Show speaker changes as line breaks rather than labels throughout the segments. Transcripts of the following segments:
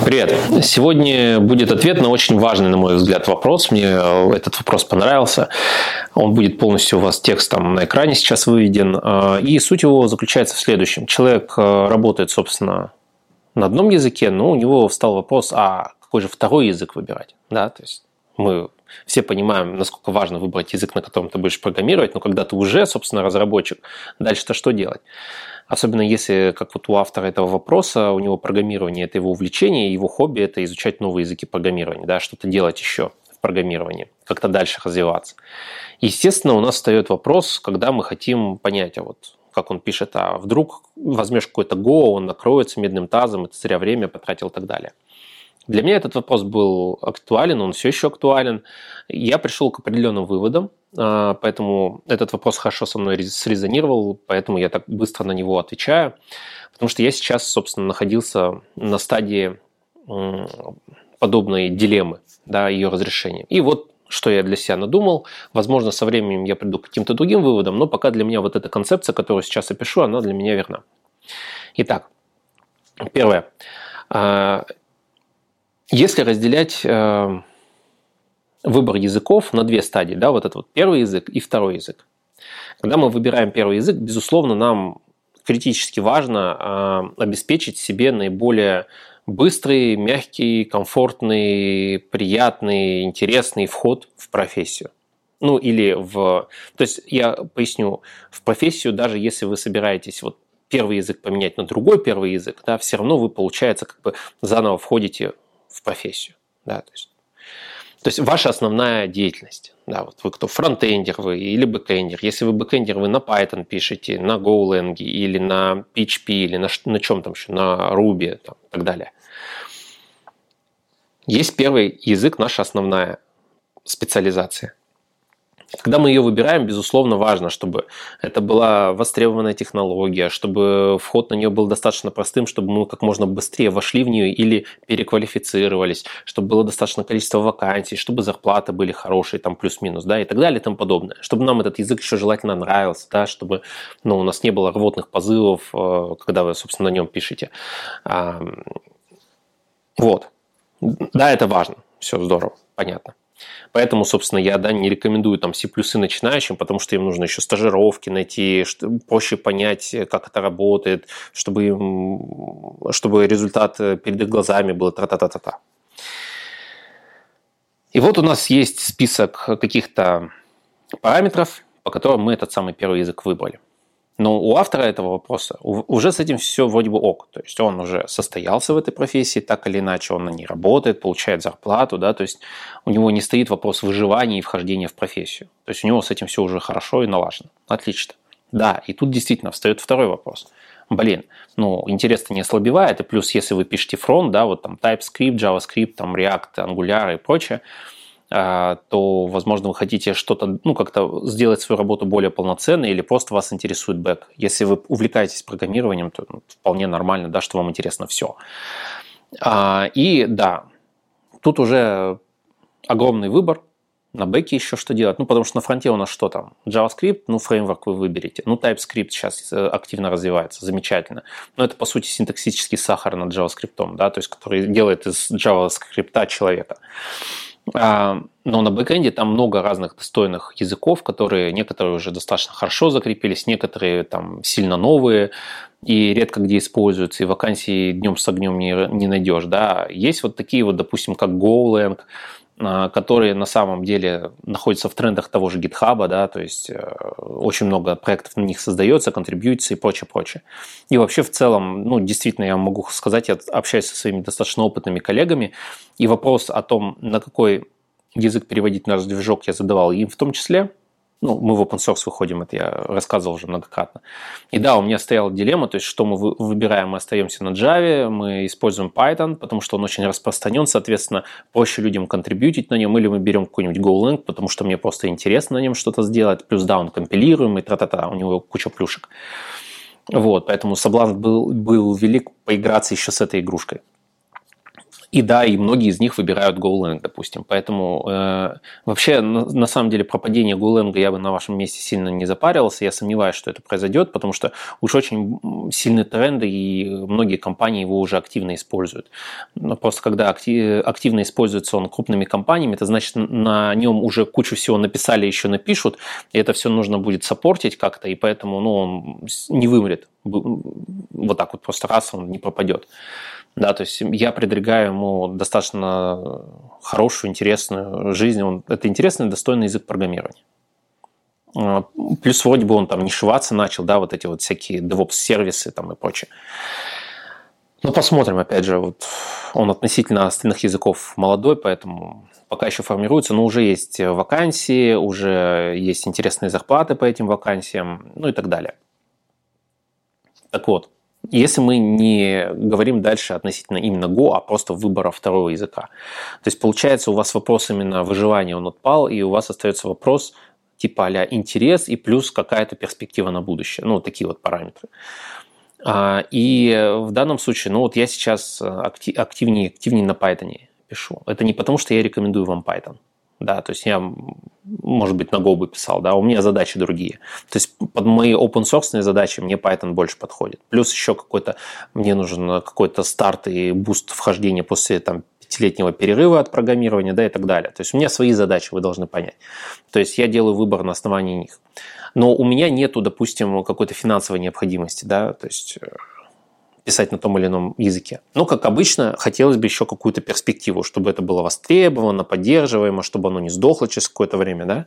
Привет. Сегодня будет ответ на очень важный, на мой взгляд, вопрос. Мне этот вопрос понравился. Он будет полностью у вас текстом на экране сейчас выведен. И суть его заключается в следующем. Человек работает, собственно, на одном языке, но у него встал вопрос, а какой же второй язык выбирать? Да, то есть мы все понимаем, насколько важно выбрать язык, на котором ты будешь программировать, но когда ты уже, собственно, разработчик, дальше-то что делать? Особенно если, как вот у автора этого вопроса, у него программирование – это его увлечение, его хобби – это изучать новые языки программирования, да, что-то делать еще в программировании, как-то дальше развиваться. Естественно, у нас встает вопрос, когда мы хотим понять, а вот как он пишет, а вдруг возьмешь какой-то Go, он накроется медным тазом, это зря время потратил и так далее. Для меня этот вопрос был актуален, он все еще актуален. Я пришел к определенным выводам, поэтому этот вопрос хорошо со мной срезонировал, поэтому я так быстро на него отвечаю. Потому что я сейчас, собственно, находился на стадии подобной дилеммы, да, ее разрешения. И вот что я для себя надумал. Возможно, со временем я приду к каким-то другим выводам, но пока для меня вот эта концепция, которую сейчас опишу, она для меня верна. Итак, первое. Если разделять выбор языков на две стадии, да, вот это вот первый язык и второй язык. Когда мы выбираем первый язык, безусловно, нам критически важно обеспечить себе наиболее быстрый, мягкий, комфортный, приятный, интересный вход в профессию. Ну или в... То есть я поясню, в профессию, даже если вы собираетесь вот первый язык поменять на другой первый язык, да, все равно вы, получается, как бы заново входите в профессию. Да, то есть ваша основная деятельность. Да, вот вы кто, фронтендер вы или бэкэндер. Если вы бэкэндер, вы на Python пишете, на Golang или на PHP, или на чем там еще, на Ruby там, и так далее. Есть первый язык, наша основная специализация. Когда мы ее выбираем, безусловно, важно, чтобы это была востребованная технология, чтобы вход на нее был достаточно простым, чтобы мы как можно быстрее вошли в нее или переквалифицировались, чтобы было достаточное количество вакансий, чтобы зарплаты были хорошие, там плюс-минус, да, и так далее и тому подобное. Чтобы нам этот язык еще желательно нравился, да, чтобы у нас не было рвотных позывов, когда вы, собственно, на нем пишете. Вот. Да, это важно. Все здорово, понятно. Поэтому, собственно, я не рекомендую там C++ начинающим, потому что им нужно еще стажировки найти, проще понять, как это работает, чтобы результат перед их глазами был тра-та-та-та-та. И вот у нас есть список каких-то параметров, по которым мы этот самый первый язык выбрали. Но у автора этого вопроса уже с этим все вроде бы ок. То есть он уже состоялся в этой профессии, так или иначе он на ней работает, получает зарплату, да, то есть у него не стоит вопрос выживания и вхождения в профессию. То есть у него с этим все уже хорошо и налажено. Отлично. Да, и тут действительно встает второй вопрос. Интерес-то не ослабевает, и плюс если вы пишете фронт, да, вот там TypeScript, JavaScript, там React, Angular и прочее, то, возможно, вы хотите что-то, как-то сделать свою работу более полноценной или просто вас интересует бэк. Если вы увлекаетесь программированием, то вполне нормально, да, что вам интересно все. И да, тут уже огромный выбор. На бэке еще что делать? Потому что на фронте у нас что там? JavaScript, фреймворк вы выберете. TypeScript сейчас активно развивается, замечательно. Но это, по сути, синтаксический сахар над JavaScript, да, то есть который делает из JavaScript человека. Но на бэкэнде там много разных достойных языков, некоторые уже достаточно хорошо закрепились, некоторые там сильно новые и редко где используются, и вакансии днем с огнем не найдешь. Да. Есть вот такие вот, допустим, как Golang, которые на самом деле находятся в трендах того же GitHub, да, то есть очень много проектов на них создается, контрибьютится и прочее. И вообще в целом, действительно, я могу сказать, я общаюсь со своими достаточно опытными коллегами, и вопрос о том, на какой язык переводить наш движок, я задавал им в том числе. Мы в open source выходим, это я рассказывал уже многократно. И да, у меня стояла дилемма, то есть что мы выбираем, мы остаемся на Java, мы используем Python, потому что он очень распространен, соответственно, проще людям контрибьютить на нем, или мы берем какой-нибудь Golang, потому что мне просто интересно на нем что-то сделать, плюс да, он компилируемый, тра-та-та, у него куча плюшек. Вот, поэтому соблазн был велик поиграться еще с этой игрушкой. И да, и многие из них выбирают GoLang, допустим. Поэтому вообще, на самом деле, про падение GoLang я бы на вашем месте сильно не запаривался. Я сомневаюсь, что это произойдет, потому что уж очень сильные тренды, и многие компании его уже активно используют. Но просто когда активно используется он крупными компаниями, это значит, на нем уже кучу всего написали, еще напишут, и это все нужно будет саппортить как-то, и поэтому он не вымрет. Вот так вот просто раз он не пропадет. Да, то есть я предрекаю ему достаточно хорошую, интересную жизнь. Это интересный, достойный язык программирования. Плюс вроде бы он там не шиваться начал, да, вот эти вот всякие DevOps-сервисы там и прочее. Но посмотрим, опять же, вот он относительно остальных языков молодой, поэтому пока еще формируется, но уже есть вакансии, уже есть интересные зарплаты по этим вакансиям, ну и так далее. Так вот, если мы не говорим дальше относительно именно Go, а просто выбора второго языка. То есть, получается, у вас вопрос именно выживания, он отпал, и у вас остается вопрос типа а-ля интерес и плюс какая-то перспектива на будущее. Ну, вот такие вот параметры. И в данном случае, ну вот я сейчас активнее на Python пишу. Это не потому, что я рекомендую вам Python. Да, то есть я, может быть, на Go бы писал, да, у меня задачи другие. То есть под мои open-source задачи мне Python больше подходит. Плюс еще мне нужен какой-то старт и буст вхождения после там 5-летнего перерыва от программирования, да, и так далее. То есть у меня свои задачи, вы должны понять. То есть я делаю выбор на основании них. Но у меня нету, допустим, какой-то финансовой необходимости, да, то есть писать на том или ином языке. Но, как обычно, хотелось бы еще какую-то перспективу, чтобы это было востребовано, поддерживаемо, чтобы оно не сдохло через какое-то время,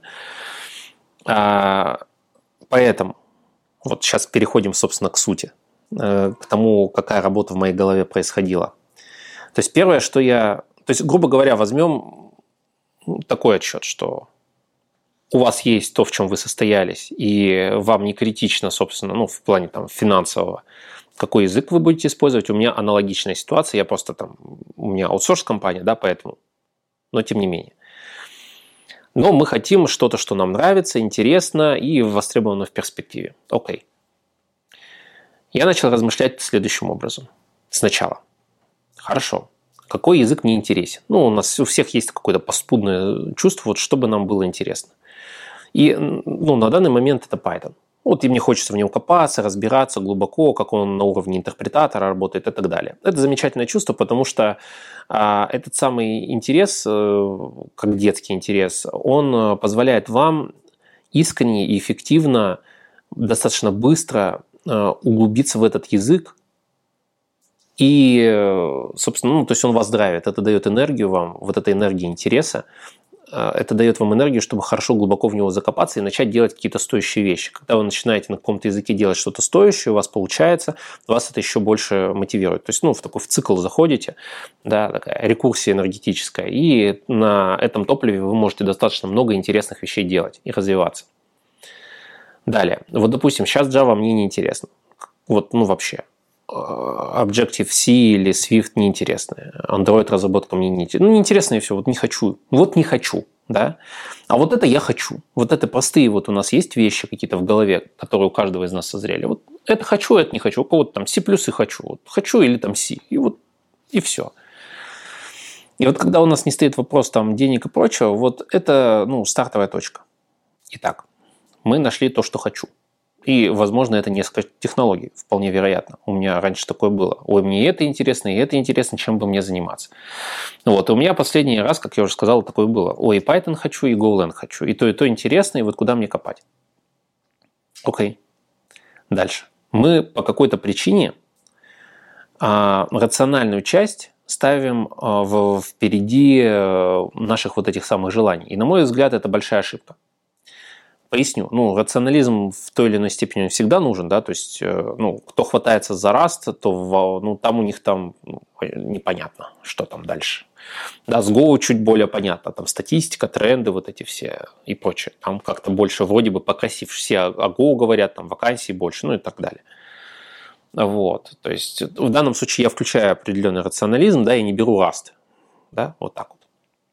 да. Поэтому вот сейчас переходим, собственно, к сути, к тому, какая работа в моей голове происходила. То есть первое, что то есть, грубо говоря, возьмем такой отсчет, что у вас есть то, в чем вы состоялись, и вам не критично, собственно, ну, в плане там финансового, какой язык вы будете использовать. У меня аналогичная ситуация, у меня аутсорс-компания, да, поэтому, но тем не менее. Но мы хотим что-то, что нам нравится, интересно и востребовано в перспективе. Окей. Я начал размышлять следующим образом. Сначала. Хорошо. Какой язык мне интересен? Ну, у всех есть какое-то подспудное чувство, вот чтобы нам было интересно. И на данный момент это Python. Вот и мне хочется в нем копаться, разбираться глубоко, как он на уровне интерпретатора работает и так далее. Это замечательное чувство, потому что этот самый интерес, как детский интерес, он позволяет вам искренне и эффективно, достаточно быстро углубиться в этот язык. И, собственно, то есть он вас драйвит, это дает энергию вам, вот эта энергия интереса, это дает вам энергию, чтобы хорошо, глубоко в него закопаться и начать делать какие-то стоящие вещи. Когда вы начинаете на каком-то языке делать что-то стоящее, у вас получается, вас это еще больше мотивирует. То есть, в цикл заходите, да, такая рекурсия энергетическая, и на этом топливе вы можете достаточно много интересных вещей делать и развиваться. Далее. Вот, допустим, сейчас Java мне не интересно. Вообще. Objective-C или Swift неинтересные. Android-разработка мне неинтересна. Неинтересно и все, не хочу. Не хочу, да. А вот это я хочу. Вот это простые, у нас есть вещи какие-то в голове, которые у каждого из нас созрели. Вот это хочу, это не хочу. У кого-то там C++ и хочу. Хочу или там C. И все. И когда у нас не стоит вопрос там денег и прочего, это, стартовая точка. Итак, мы нашли то, что хочу. И, возможно, это несколько технологий, вполне вероятно. У меня раньше такое было. Ой, мне это интересно, чем бы мне заниматься. И у меня последний раз, как я уже сказал, такое было. Ой, и Python хочу, и GoLang хочу. И то интересно, и куда мне копать? Окей. Дальше. Мы по какой-то причине рациональную часть ставим впереди наших этих самых желаний. И, на мой взгляд, это большая ошибка. Поясню. Рационализм в той или иной степени всегда нужен, да, то есть, кто хватается за Rust, то там у них непонятно, что там дальше. Да, с Go чуть более понятно, там статистика, тренды, эти все и прочее. Там как-то больше вроде бы покрасив. Все о Go говорят, там вакансий больше, и так далее. То есть, в данном случае я включаю определенный рационализм, да, и не беру Rust, да, вот так вот.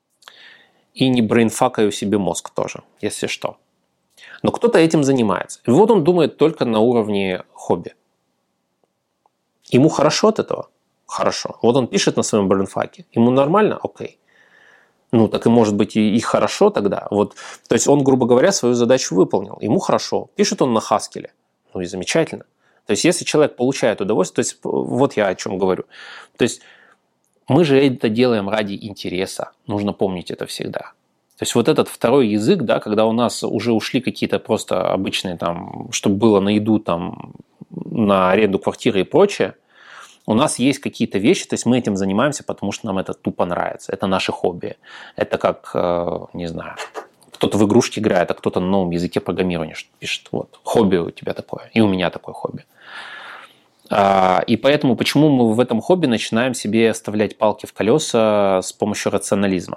И не брейнфакаю себе мозг тоже, если что. Но кто-то этим занимается. И он думает только на уровне хобби. Ему хорошо от этого? Хорошо. Вот он пишет на своем брэндфаке. Ему нормально? Окей. Ну, так и может быть и хорошо тогда. Вот, то есть он, грубо говоря, свою задачу выполнил. Ему хорошо. Пишет он на Haskell. Ну и замечательно. То есть если человек получает удовольствие, то есть вот я о чем говорю. То есть мы же это делаем ради интереса. Нужно помнить это всегда. То есть вот этот второй язык, да, когда у нас уже ушли какие-то просто обычные там, чтобы было на еду, там, на аренду квартиры и прочее, у нас есть какие-то вещи, то есть мы этим занимаемся, потому что нам это тупо нравится. Это наше хобби. Это как, не знаю, кто-то в игрушки играет, а кто-то на новом языке программирования пишет. Вот, хобби у тебя такое, и у меня такое хобби. И поэтому, почему мы в этом хобби начинаем себе оставлять палки в колеса с помощью рационализма?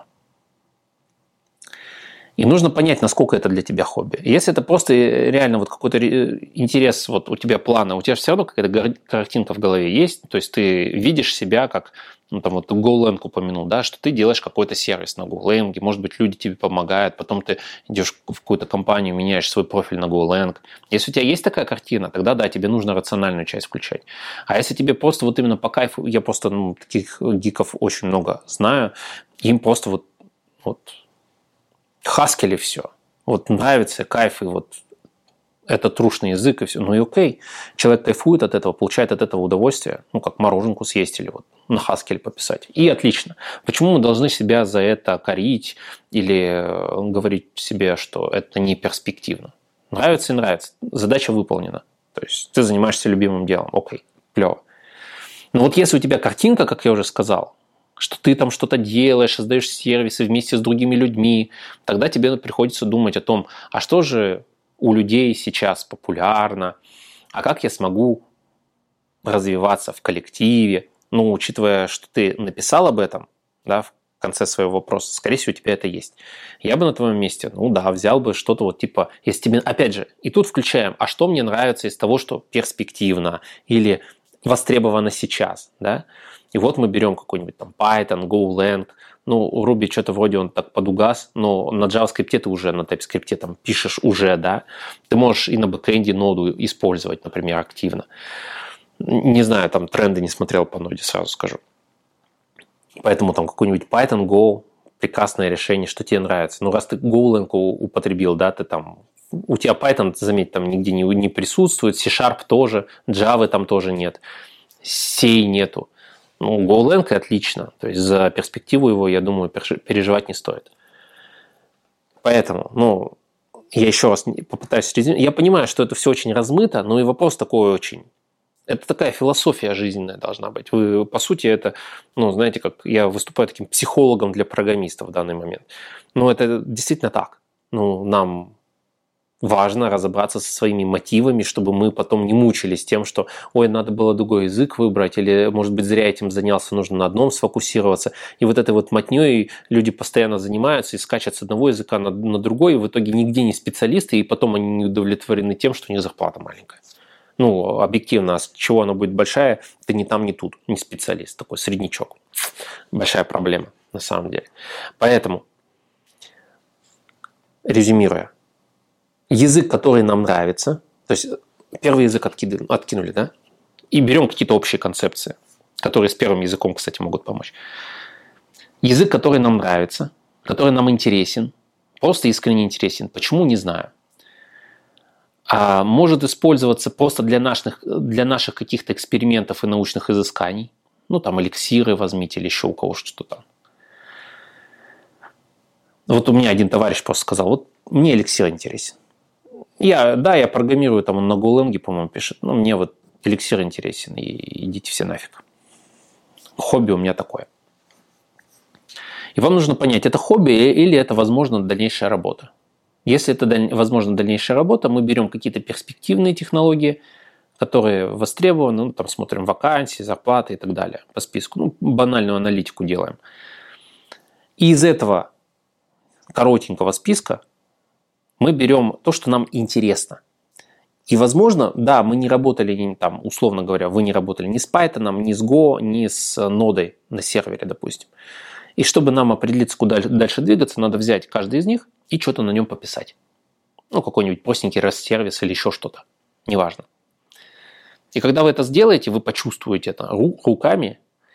И нужно понять, насколько это для тебя хобби. Если это просто реально вот какой-то интерес, вот у тебя планы, у тебя же все равно какая-то картинка в голове есть, то есть ты видишь себя как, ну там вот GoLang упомянул, да, что ты делаешь какой-то сервис на GoLang, может быть, люди тебе помогают, потом ты идешь в какую-то компанию, меняешь свой профиль на GoLang. Если у тебя есть такая картина, тогда да, тебе нужно рациональную часть включать. А если тебе просто вот именно по кайфу, я просто таких гиков очень много знаю, им просто вот Haskell и все. Вот нравится, кайф, и вот это трушный язык, и все. Ну и окей. Человек кайфует от этого, получает от этого удовольствие, ну, как мороженку съесть или вот на Haskell пописать. И отлично. Почему мы должны себя за это корить или говорить себе, что это не перспективно? Нравится и нравится. Задача выполнена. То есть ты занимаешься любимым делом. Окей, клево. Но вот если у тебя картинка, как я уже сказал, что ты там что-то делаешь, создаешь сервисы вместе с другими людьми, тогда тебе приходится думать о том, а что же у людей сейчас популярно, а как я смогу развиваться в коллективе. Ну, учитывая, что ты написал об этом, да, в конце своего вопроса, скорее всего, у тебя это есть. Я бы на твоем месте, ну да, взял бы что-то вот типа, если тебе, опять же, и тут включаем, а что мне нравится из того, что перспективно или востребовано сейчас, да? И вот мы берем какой-нибудь там Python, GoLang, ну, Ruby что-то вроде он так подугас, но на JavaScript ты уже, на TypeScript там пишешь уже, да? Ты можешь и на бэкэнде ноду использовать, например, активно. Не знаю, там тренды не смотрел по ноде, сразу скажу. Поэтому там какой-нибудь Python, Go, прекрасное решение, что тебе нравится. Ну, раз ты GoLang употребил, да, ты там у тебя Python, заметь, там нигде не присутствует, C# тоже, Java там тоже нет, C нету. Ну, GoLang отлично, то есть за перспективу его, я думаю, переживать не стоит. Поэтому, ну, я еще раз попытаюсь резюмировать. Я понимаю, что это все очень размыто, но и вопрос такой очень... Это такая философия жизненная должна быть. Вы, по сути, это, ну, знаете, как я выступаю таким психологом для программистов в данный момент. Ну, это действительно так. Ну, нам важно разобраться со своими мотивами, чтобы мы потом не мучились тем, что ой, надо было другой язык выбрать, или, может быть, зря этим занялся, нужно на одном сфокусироваться. И вот этой вот мотней люди постоянно занимаются и скачут с одного языка на другой, и в итоге нигде не специалисты, и потом они не удовлетворены тем, что у них зарплата маленькая. Ну, объективно, а с чего она будет большая, ты ни там, ни тут, не специалист, такой среднячок. Большая проблема, на самом деле. Поэтому, резюмируя, язык, который нам нравится, то есть первый язык откинули, да, и берем какие-то общие концепции, которые с первым языком, кстати, могут помочь. Язык, который нам нравится, который нам интересен, просто искренне интересен. Почему, не знаю. А может использоваться просто для наших каких-то экспериментов и научных изысканий. Ну, там эликсиры возьмите или еще у кого что-то там. Вот у меня один товарищ просто сказал, вот мне эликсир интересен. Я программирую, там он на GoLang, по-моему, пишет, но мне вот эликсир интересен, и идите все нафиг. Хобби у меня такое. И вам нужно понять, это хобби или это, возможно, дальнейшая работа. Если это, возможно, дальнейшая работа, мы берем какие-то перспективные технологии, которые востребованы, ну, там смотрим вакансии, зарплаты и так далее по списку. Ну, банальную аналитику делаем. И из этого коротенького списка мы берем то, что нам интересно. И, возможно, да, мы не работали, там, условно говоря, вы не работали ни с Python, ни с Go, ни с нодой на сервере, допустим. И чтобы нам определиться, куда дальше двигаться, надо взять каждый из них и что-то на нем пописать. Ну, какой-нибудь простенький REST-сервис или еще что-то. Неважно. И когда вы это сделаете, вы почувствуете это руками,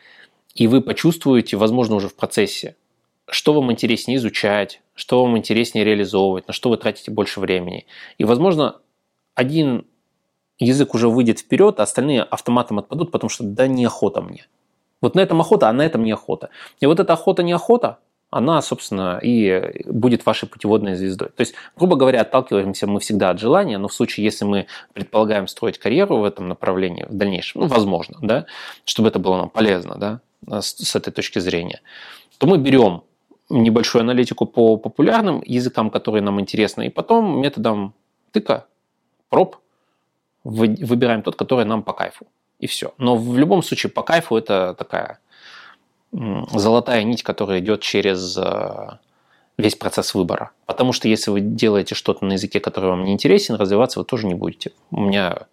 и вы почувствуете, возможно, уже в процессе, что вам интереснее изучать, что вам интереснее реализовывать, на что вы тратите больше времени. И, возможно, один язык уже выйдет вперед, а остальные автоматом отпадут, потому что да неохота мне. Вот на этом охота, а на этом неохота. И вот эта охота-неохота, она, собственно, и будет вашей путеводной звездой. То есть, грубо говоря, отталкиваемся мы всегда от желания, но в случае, если мы предполагаем строить карьеру в этом направлении в дальнейшем, возможно, да, чтобы это было нам полезно, да, с этой точки зрения, то мы берем небольшую аналитику по популярным языкам, которые нам интересны, и потом методом тыка, проб выбираем тот, который нам по кайфу. И все. Но в любом случае по кайфу это такая золотая нить, которая идет через весь процесс выбора. Потому что если вы делаете что-то на языке, который вам не интересен, развиваться вы тоже не будете. У меня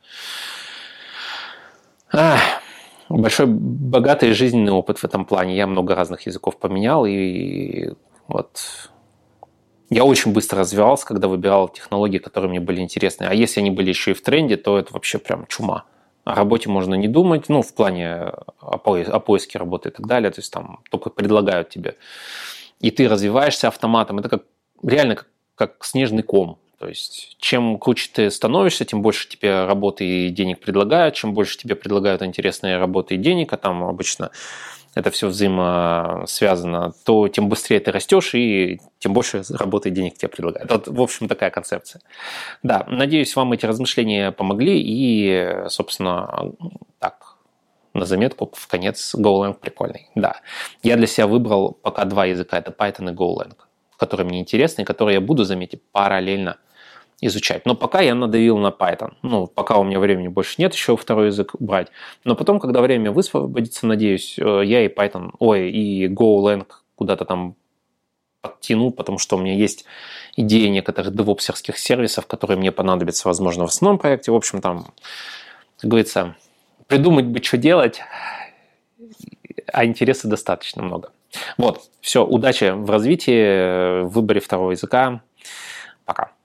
большой, богатый жизненный опыт в этом плане. Я много разных языков поменял, и вот я очень быстро развивался, когда выбирал технологии, которые мне были интересны. А если они были еще и в тренде, то это вообще прям чума. О работе можно не думать, в плане о поиске работы и так далее. То есть там только предлагают тебе. И ты развиваешься автоматом. Это реально как снежный ком. То есть чем круче ты становишься, тем больше тебе работы и денег предлагают, чем больше тебе предлагают интересные работы и денег, а там обычно это все взаимосвязано, то тем быстрее ты растешь и тем больше работы и денег тебе предлагают. Вот, в общем, такая концепция. Да, надеюсь, вам эти размышления помогли и, собственно, так, на заметку в конец Golang прикольный. Да, я для себя выбрал пока два языка, это Python и Golang, которые мне интересны и которые я буду, заметить, параллельно изучать. Но пока я надавил на Python. Пока у меня времени больше нет еще второй язык брать. Но потом, когда время высвободится, надеюсь, я и Python, и Golang куда-то там подтяну, потому что у меня есть идеи некоторых девопсерских сервисов, которые мне понадобятся, возможно, в основном проекте. В общем, там, как говорится, придумать бы, что делать, а интереса достаточно много. Вот, все, удачи в развитии, в выборе второго языка. Пока.